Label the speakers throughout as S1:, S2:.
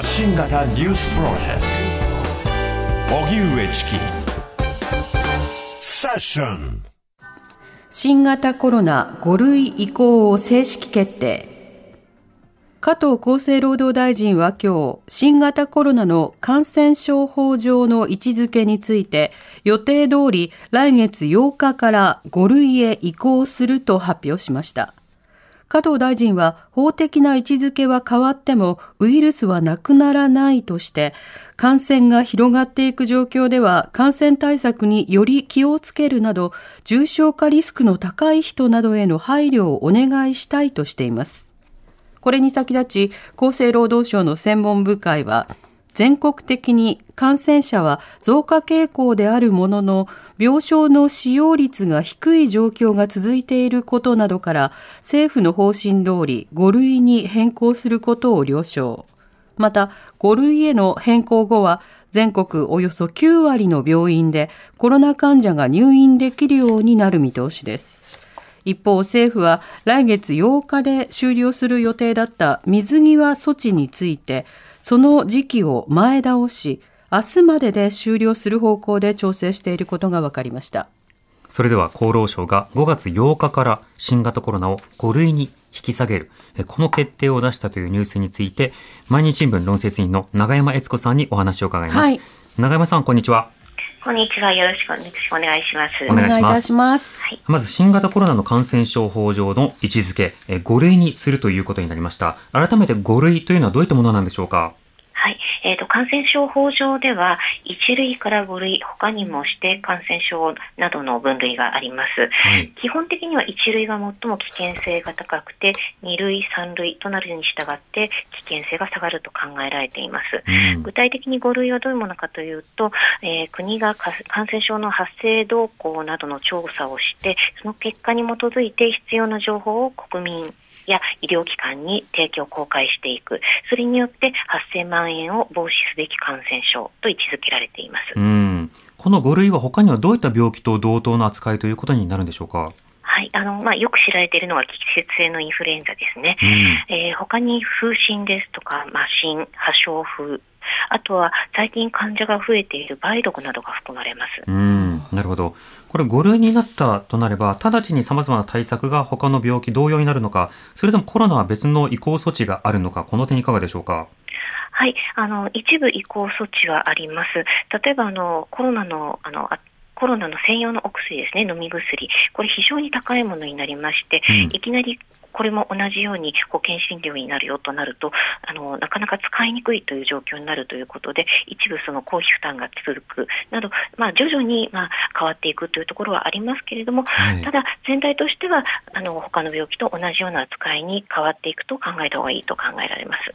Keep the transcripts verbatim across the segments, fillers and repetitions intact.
S1: 発信型ニュースプロジェクト荻上チキセッション。
S2: 新型コロナご類移行を正式決定。加藤厚生労働大臣は今日、新型コロナの感染症法上の位置づけについて、予定通り来月ようかからご類へ移行すると発表しました。加藤大臣は、法的な位置づけは変わってもウイルスはなくならないとして、感染が広がっていく状況では感染対策により気をつけるなど、重症化リスクの高い人などへの配慮をお願いしたいとしています。これに先立ち、厚生労働省の専門部会は、全国的に感染者は増加傾向であるものの、病床の使用率が低い状況が続いていることなどから、政府の方針通りご類に変更することを了承。また、ご類への変更後は、全国およそきゅうわりの病院でコロナ患者が入院できるようになる見通しです。一方、政府は来月ようかで終了する予定だった水際措置について、その時期を前倒し、明日までで終了する方向で調整していることが分かりました。
S3: それでは厚労省がごがつようかから新型コロナをご類に引き下げる、この決定を出したというニュースについて、毎日新聞論説委員の永山悦子さんにお話を伺います。はい、永山さん、こんにちは。
S4: こんにちは。よろしくお願いします。
S2: お願いいたします。
S3: はい、まず、新型コロナの感染症法上の位置づけ、ご類にするということになりました。改めてご類というのはどういったものなんでしょうか。
S4: はい、えーと、感染症法上ではいち類からご類、他にも指定感染症などの分類があります。はい、基本的にはいち類が最も危険性が高くて、に類、さん類となるに従って危険性が下がると考えられています。うん、具体的にご類はどういうものかというと、えー、国が感染症の発生動向などの調査をして、その結果に基づいて必要な情報を国民や医療機関に提供公開していく。それによって発生蔓延を防止すべき感染症と位置づけられています。
S3: うん、このご類は他にはどういった病気と同等の扱いということになるんでしょうか。
S4: はい、あのまあ、よく知られているのが季節性のインフルエンザですね。うん、えー、他に風疹ですとか麻疹、破傷風、あとは最近患者が増えている梅毒などが含まれます。
S3: うん、なるほど。これご類になったとなれば、直ちに様々な対策が他の病気同様になるのか、それともコロナは別の移行措置があるのか、この点いかがでしょうか。
S4: はい、あの一部移行措置はあります。例えばあのコロナのあのコロナの専用のお薬ですね、飲み薬、これ非常に高いものになりまして、うん、いきなりこれも同じように保険診療になるよとなると、あのなかなか使いにくいという状況になるということで、一部その公費負担が続くなど、まあ、徐々にまあ変わっていくというところはありますけれども、はい、ただ全体としてはあの他の病気と同じような扱いに変わっていくと考えた方がいいと考えられます。
S3: うん、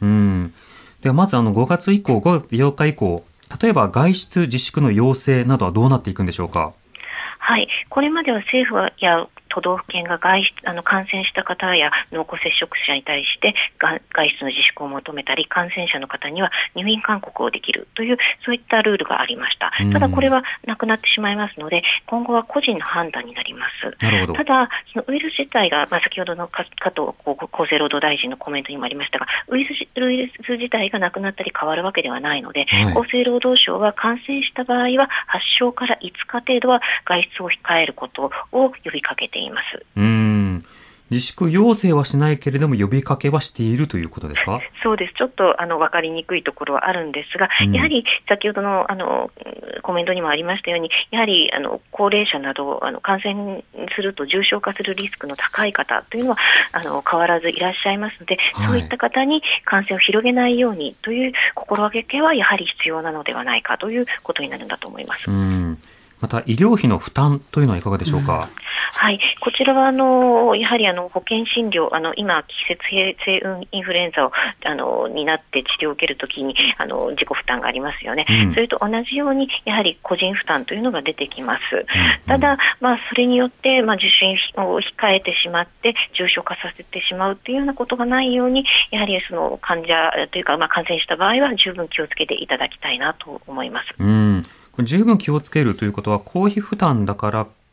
S3: ではまずあのごがつ以降、ごがつようか以降、例えば外出自粛の要請などはどうなっていくんでしょうか。
S4: はい、これまでは政府や都道府県が外出あの感染した方や濃厚接触者に対して外出の自粛を求めたり、感染者の方には入院勧告をできるというそういったルールがありました。ただこれはなくなってしまいますので、今後は個人の判断になります。なるほど。ただそのウイルス自体が、まあ、先ほどの加藤厚生労働大臣のコメントにもありましたが、ウイルス、ウイルス自体がなくなったり変わるわけではないので、はい、厚生労働省は感染した場合は発症からいつか程度は外出を控えることを呼びかけています。
S3: うーん、自粛要請はしないけれども呼びかけはしているということですか。
S4: そうです。ちょっとあの分かりにくいところはあるんですが、うん、やはり先ほどのあのコメントにもありましたように、やはりあの高齢者などあの感染すると重症化するリスクの高い方というのはあの変わらずいらっしゃいますので、はい、そういった方に感染を広げないようにという心がけはやはり必要なのではないかということになるんだと思います。
S3: うん、また医療費の負担というのはいかがでしょうか。うん、
S4: はい、こちらはあのやはりあの保険診療、あの今季節性インフルエンザをあのになって治療を受けるときにあの自己負担がありますよね。うん、それと同じようにやはり個人負担というのが出てきます。うん、ただ、まあ、それによって、まあ、受診を控えてしまって重症化させてしまうというようなことがないように、やはりその患者というか、まあ、感染した場合は十分気をつけていただきたいなと思います。
S3: うん、十分気をつけるということは公費負担だから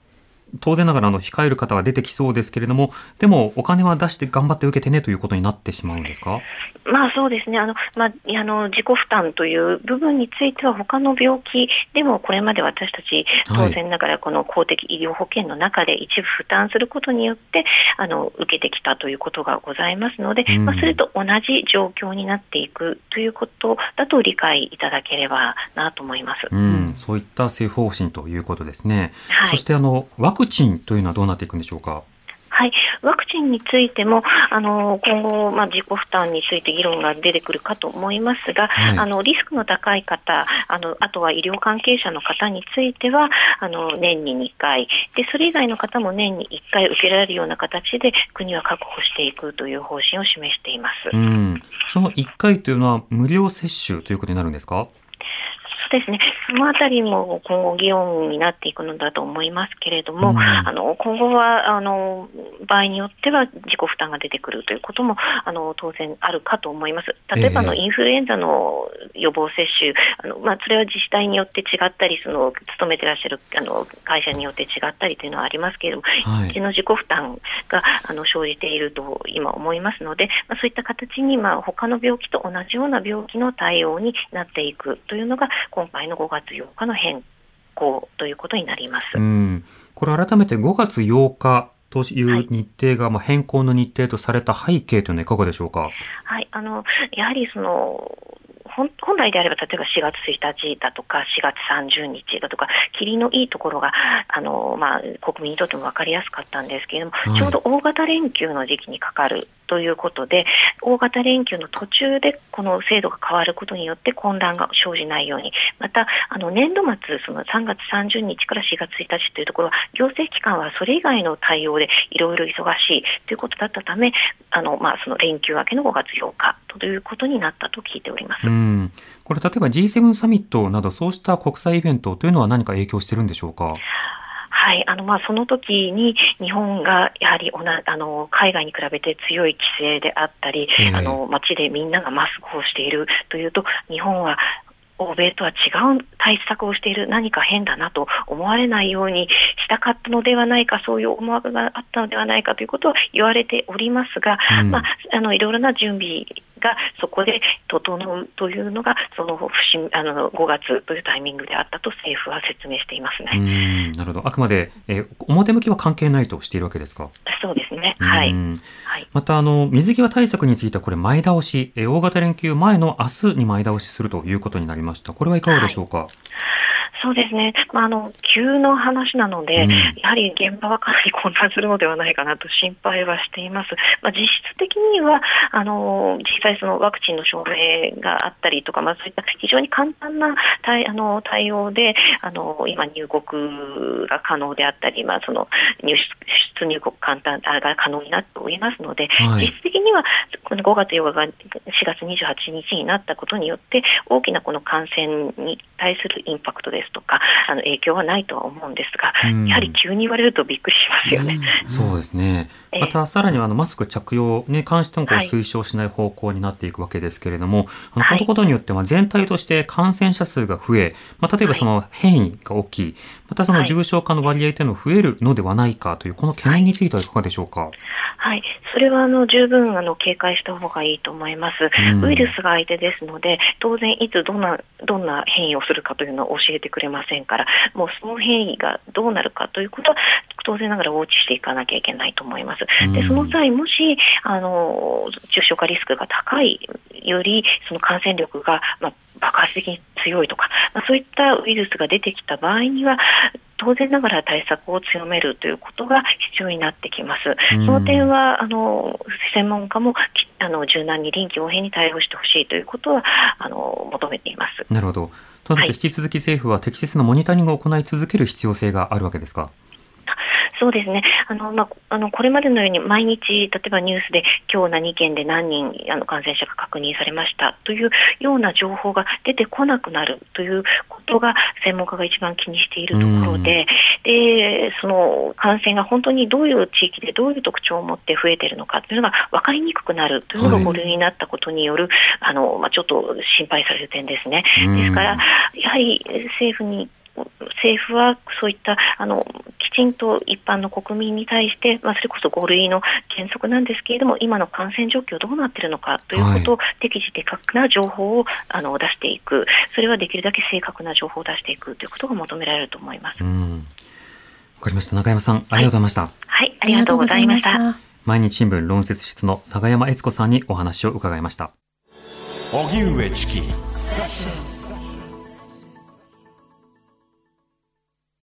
S3: 当然ながらあの控える方は出てきそうですけれども、でもお金は出して頑張って受けてねということになってしまうんですか？
S4: まあそうですね。あの、まあ、あの自己負担という部分については他の病気でもこれまで私たち当然ながらこの公的医療保険の中で一部負担することによってあの受けてきたということがございますので、うん、まあ、それと同じ状況になっていくということだと理解いただければなと思います。
S3: うん、そういった政府方針ということですね。
S4: はい、
S3: そしてあのワクチンというのはどうなっていくんでしょうか？
S4: はい、ワクチンについてもあの今後、まあ、自己負担について議論が出てくるかと思いますが、はい、あのリスクの高い方、あのあとは医療関係者の方についてはあの年ににかいで、それ以外の方も年にいっかい受けられるような形で国は確保していくという方針を示しています。
S3: うん、そのいっかいというのは無料接種ということになるんですか？
S4: そうですね。そのあたりも今後議論になっていくのだと思いますけれども、うん、あの今後はあの場合によっては自己負担が出てくるということもあの当然あるかと思います。例えばのインフルエンザの予防接種、あのまあ、それは自治体によって違ったり、その勤めてらっしゃるあの会社によって違ったりというのはありますけれども、はい、一の自己負担があの生じていると今思いますので、まあ、そういった形に、まあ、他の病気と同じような病気の対応になっていくというのが今回のごがつようかの変更ということになります。
S3: うん、これ改めてごがつようかという日程が、まあ、変更の日程とされた背景というのはいかがでしょうか？
S4: はい、あのやはりその本来であれば例えばしがつついたちだとかしがつさんじゅうにちだとか切りのいいところがあの、まあ、国民にとっても分かりやすかったんですけれども、はい、ちょうど大型連休の時期にかかるということで、大型連休の途中でこの制度が変わることによって混乱が生じないように、またあの年度末そのさんがつさんじゅうにちからしがつついたちというところは行政機関はそれ以外の対応でいろいろ忙しいということだったため、あの、まあ、その連休明けのごがつようかということになったと聞いております。
S3: うん、これ例えば ジーセブン サミットなどそうした国際イベントというのは何か影響してるんでしょうか？
S4: はい、あのまあその時に日本がやはりおなあの海外に比べて強い規制であったり、えー、あの街でみんながマスクをしているというと、日本は欧米とは違う対策をしている、何か変だなと思われないようにしたかったのではないか、そういう思惑があったのではないかということは言われておりますが、うん、まあ、あのいろいろな準備がそこで整うというのがそのあのごがつというタイミングであったと政府は説明していますね。
S3: うん、なるほど。あくまで、えー、表向きは関係ないとしているわけですか？
S4: そうですね。はい。
S3: はい、またあの水際対策についてはこれ前倒し、えー、大型連休前の明日に前倒しするということになりました。これはいかがでしょうか？はい、
S4: そうですね。まあ、あの急の話なので、うん、やはり現場はかなり混乱するのではないかなと心配はしています。まあ、実質的にはあの実際そのワクチンの証明があったりとか、まあ、そういった非常に簡単な対あの対応であの今入国が可能であったり、まあ、その入出入国簡単が可能になっておりますので、はい、実質的にはこのごがつようかがしがつにじゅうはちにちになったことによって大きなこの感染に対するインパクトですとかあの影響はないとは思うんですが、うん、やはり急に言われるとびっくりしますよね。
S3: うん、そうですね。またさらにはあのマスク着用に関してもこう推奨しない方向になっていくわけですけれども、はい、あのこのことによっては全体として感染者数が増え、まあ、例えばその変異が大きい、またその重症化の割合というのが増えるのではないかというこの懸念についてはいかがでしょうか？
S4: はい、それはあの十分あの警戒した方がいいと思います。うん、ウイルスが相手ですので、当然いつどんなどんな変異をするかというのを教えてくれませんから、もうその変異がどうなるかということは当然ながらウォッチしていかなきゃいけないと思います。でその際もしあの重症化リスクが高いよりその感染力が、まあ、爆発的に強いとか、まあ、そういったウイルスが出てきた場合には当然ながら対策を強めるということが必要になってきます。その点はあの専門家もあの柔軟に臨機応変に対応してほしいということはあの求めています。
S3: なるほど。となると引き続き政府は適切なモニタリングを行い続ける必要性があるわけですか？
S4: そうですね。あの、まあ、あのこれまでのように毎日例えばニュースで今日何県で何人あの感染者が確認されましたというような情報が出てこなくなるということが専門家が一番気にしているところで、でその感染が本当にどういう地域でどういう特徴を持って増えているのかというのが分かりにくくなるというのがご類になったことによる、はい、あのまあ、ちょっと心配される点ですね。ですからやはり政府に政府はそういったあのきちんと一般の国民に対して、まあ、それこそご類の原則なんですけれども、今の感染状況どうなっているのかということを、はい、適時的な情報をあの出していく、それはできるだけ正確な情報を出していくということが求められると思います。
S3: うん、わかりました。中山さん、ありがとうございました。
S4: はい、はい、ありがとうございました。
S3: 毎日新聞論説室の永山悦子さんにお話を伺いました。
S1: 荻上チキ